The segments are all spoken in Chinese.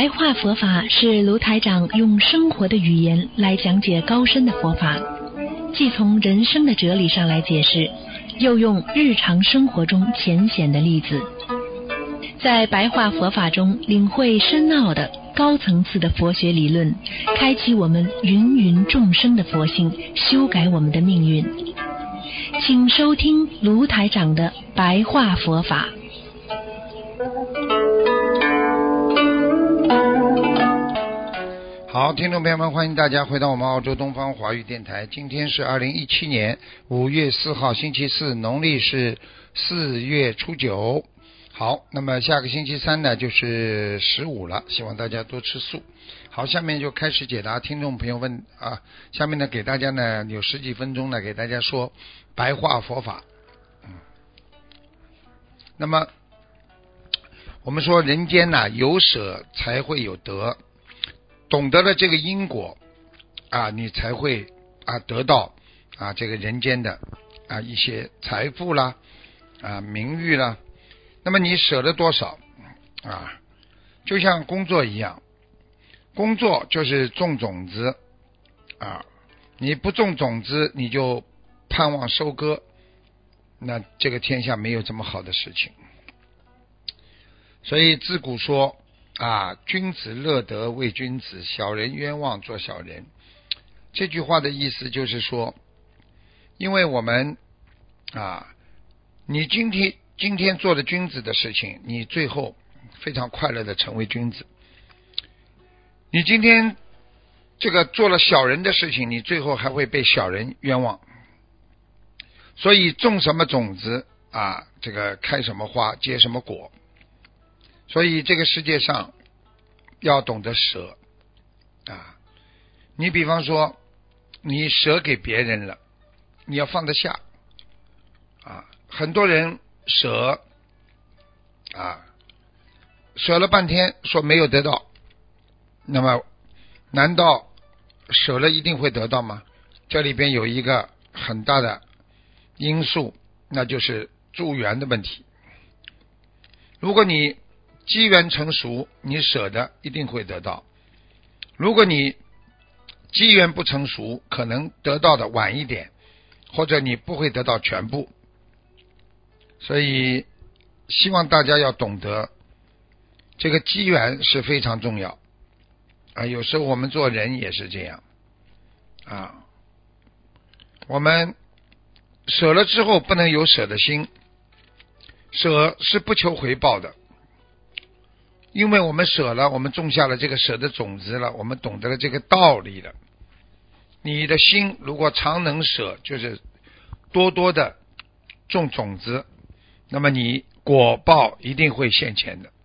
白话佛法是卢台长用生活的语言来讲解高深的佛法，既从人生的哲理上来解释，又用日常生活中浅显的例子，在白话佛法中领会深奥的高层次的佛学理论，开启我们芸芸众生的佛性，修改我们的命运。请收听卢台长的白话佛法。 好，听众朋友们，欢迎大家回到我们澳洲东方华语电台。今天是2017年5月4号星期四，农历是4月初9。好，那么下个星期三呢就是15了，希望大家多吃素。好，下面就开始解答听众朋友问啊。下面呢给大家呢有10几分钟呢给大家说白话佛法。那么我们说人间呢有舍才会有得，懂得了这个因果啊，你才会啊得到啊这个人间的啊一些财富啦啊名誉啦。那么你舍了多少啊？就像工作一样，工作就是种种子啊，你不种种子，你就盼望收割，那这个天下没有这么好的事情。所以自古说啊，君子乐得为君子，小人冤枉做小人。这句话的意思就是说，因为我们啊，你今天做的君子的事情，你最后非常快乐的成为君子。你今天这个做了小人的事情，你最后还会被小人冤枉。所以种什么种子啊，这个开什么花结什么果。所以这个世界上要懂得舍啊。你比方说你舍给别人了，你要放得下啊。很多人舍啊，舍了半天说没有得到，那么难道舍了一定会得到吗？这里边有一个很大的因素，那就是助缘的问题。如果你机缘成熟，你舍的一定会得到。如果你机缘不成熟，可能得到的晚一点，或者你不会得到全部。所以希望大家要懂得这个机缘是非常重要啊。有时候我们做人也是这样啊，我们舍了之后不能有舍的心，舍是不求回报的，因为我们舍了，我们种下了这个舍的种子了，我们懂得了这个道理了。你的心如果常能舍，就是多多的种种子，那么你果报一定会现前的。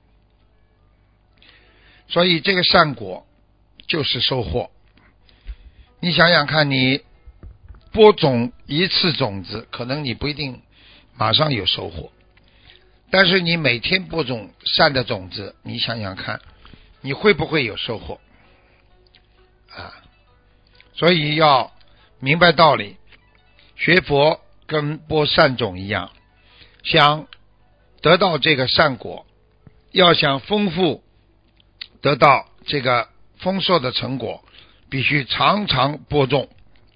所以这个善果就是收获。你想想看，你播种一次种子，可能你不一定马上有收获，但是你每天播种善的种子，你想想看你会不会有收获啊？所以要明白道理，学佛跟播善种一样，想得到这个善果，要想丰富得到这个丰硕的成果，必须常常播种。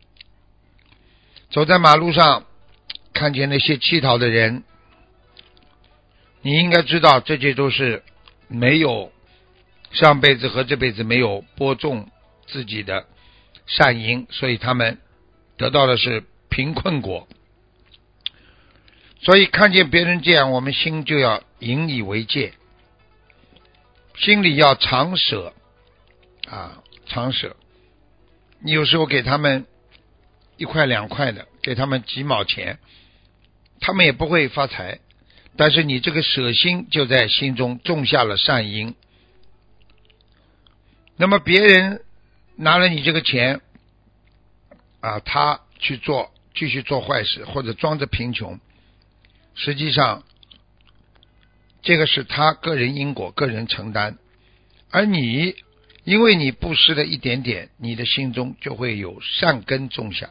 走在马路上看见那些乞讨的人，你应该知道这些都是没有上辈子和这辈子没有播种自己的善因，所以他们得到的是贫困果。所以看见别人这样，我们心就要引以为戒，心里要常舍啊，常舍。你有时候给他们1块2块的，给他们几毛钱，他们也不会发财，但是你这个舍心就在心中种下了善因。那么别人拿了你这个钱啊，他去继续做坏事，或者装着贫穷，实际上这个是他个人因果，个人承担。而你因为你布施了一点点，你的心中就会有善根种下。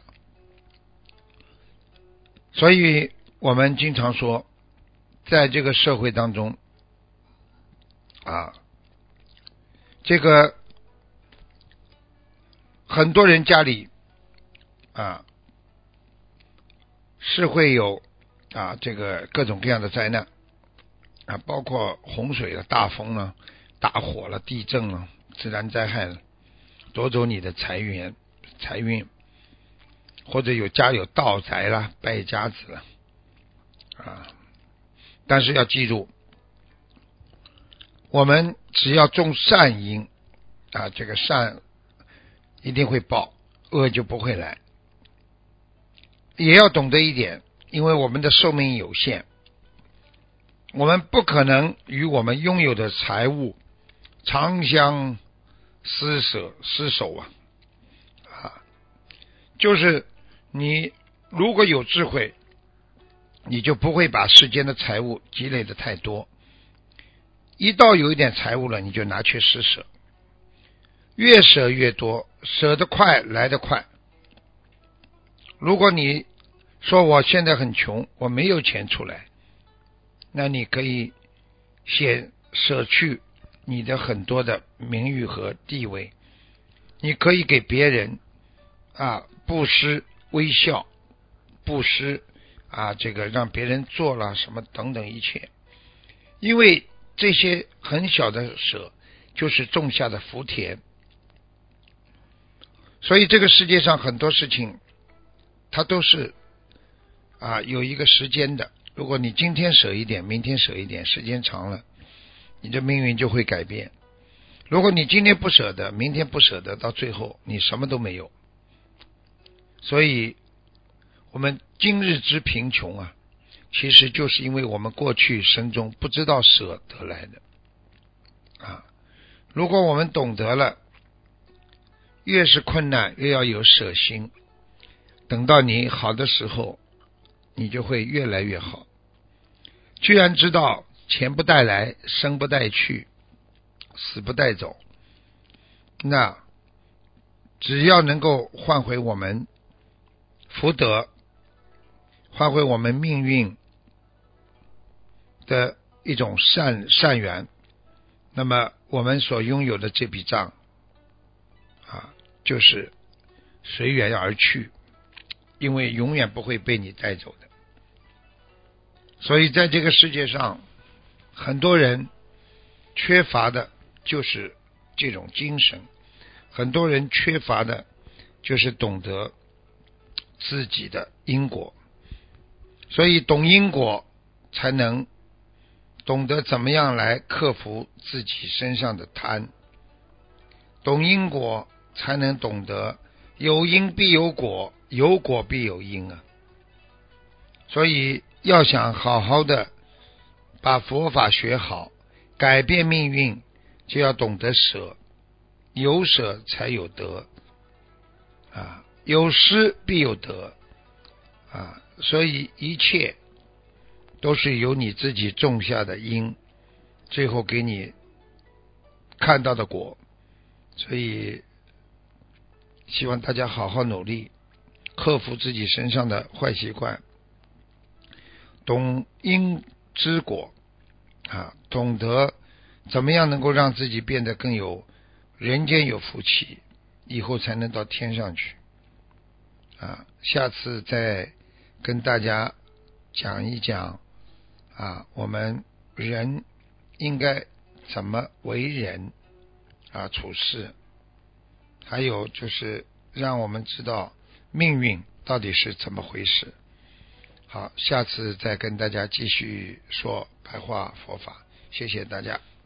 所以我们经常说，在这个社会当中啊， 这个很多人家里是会有这个各种各样的灾难包括洪水了、大风了、大火了、地震了、自然灾害了，夺走你的财运，或者家有盗宅了、败家子了但是要记住，我们只要种善因这个善一定会报，恶就不会来。也要懂得一点，因为我们的寿命有限，我们不可能与我们拥有的财物长相厮守就是你如果有智慧，你就不会把世间的财物积累的太多，一到有一点财物了，你就拿去施舍，越舍越多，舍得快来得快。如果你说我现在很穷，我没有钱出来，那你可以先舍去你的很多的名誉和地位，你可以给别人布施微笑，布施这个让别人做了什么等等一切，因为这些很小的舍就是种下的福田。所以这个世界上很多事情它都是有一个时间的，如果你今天舍一点，明天舍一点，时间长了你的命运就会改变。如果你今天不舍得，明天不舍得，到最后你什么都没有。所以我们今日之贫穷其实就是因为我们过去生中不知道舍得来的如果我们懂得了，越是困难越要有舍心，等到你好的时候，你就会越来越好。居然知道钱不带来，生不带去，死不带走，那只要能够换回我们福德，换回我们命运的一种善缘，那么我们所拥有的这笔账就是随缘而去，因为永远不会被你带走的。所以在这个世界上，很多人缺乏的就是这种精神，很多人缺乏的就是懂得自己的因果。所以懂因果才能懂得怎么样来克服自己身上的贪，懂因果才能懂得有因必有果，有果必有因所以要想好好的把佛法学好，改变命运，就要懂得舍，有舍才有得有失必有得所以一切都是由你自己种下的因，最后给你看到的果。所以希望大家好好努力，克服自己身上的坏习惯，懂因知果懂得怎么样能够让自己变得更有人间有福气，以后才能到天上去下次再跟大家讲一讲我们人应该怎么为人处事，还有就是让我们知道命运到底是怎么回事。好，下次再跟大家继续说白话佛法，谢谢大家。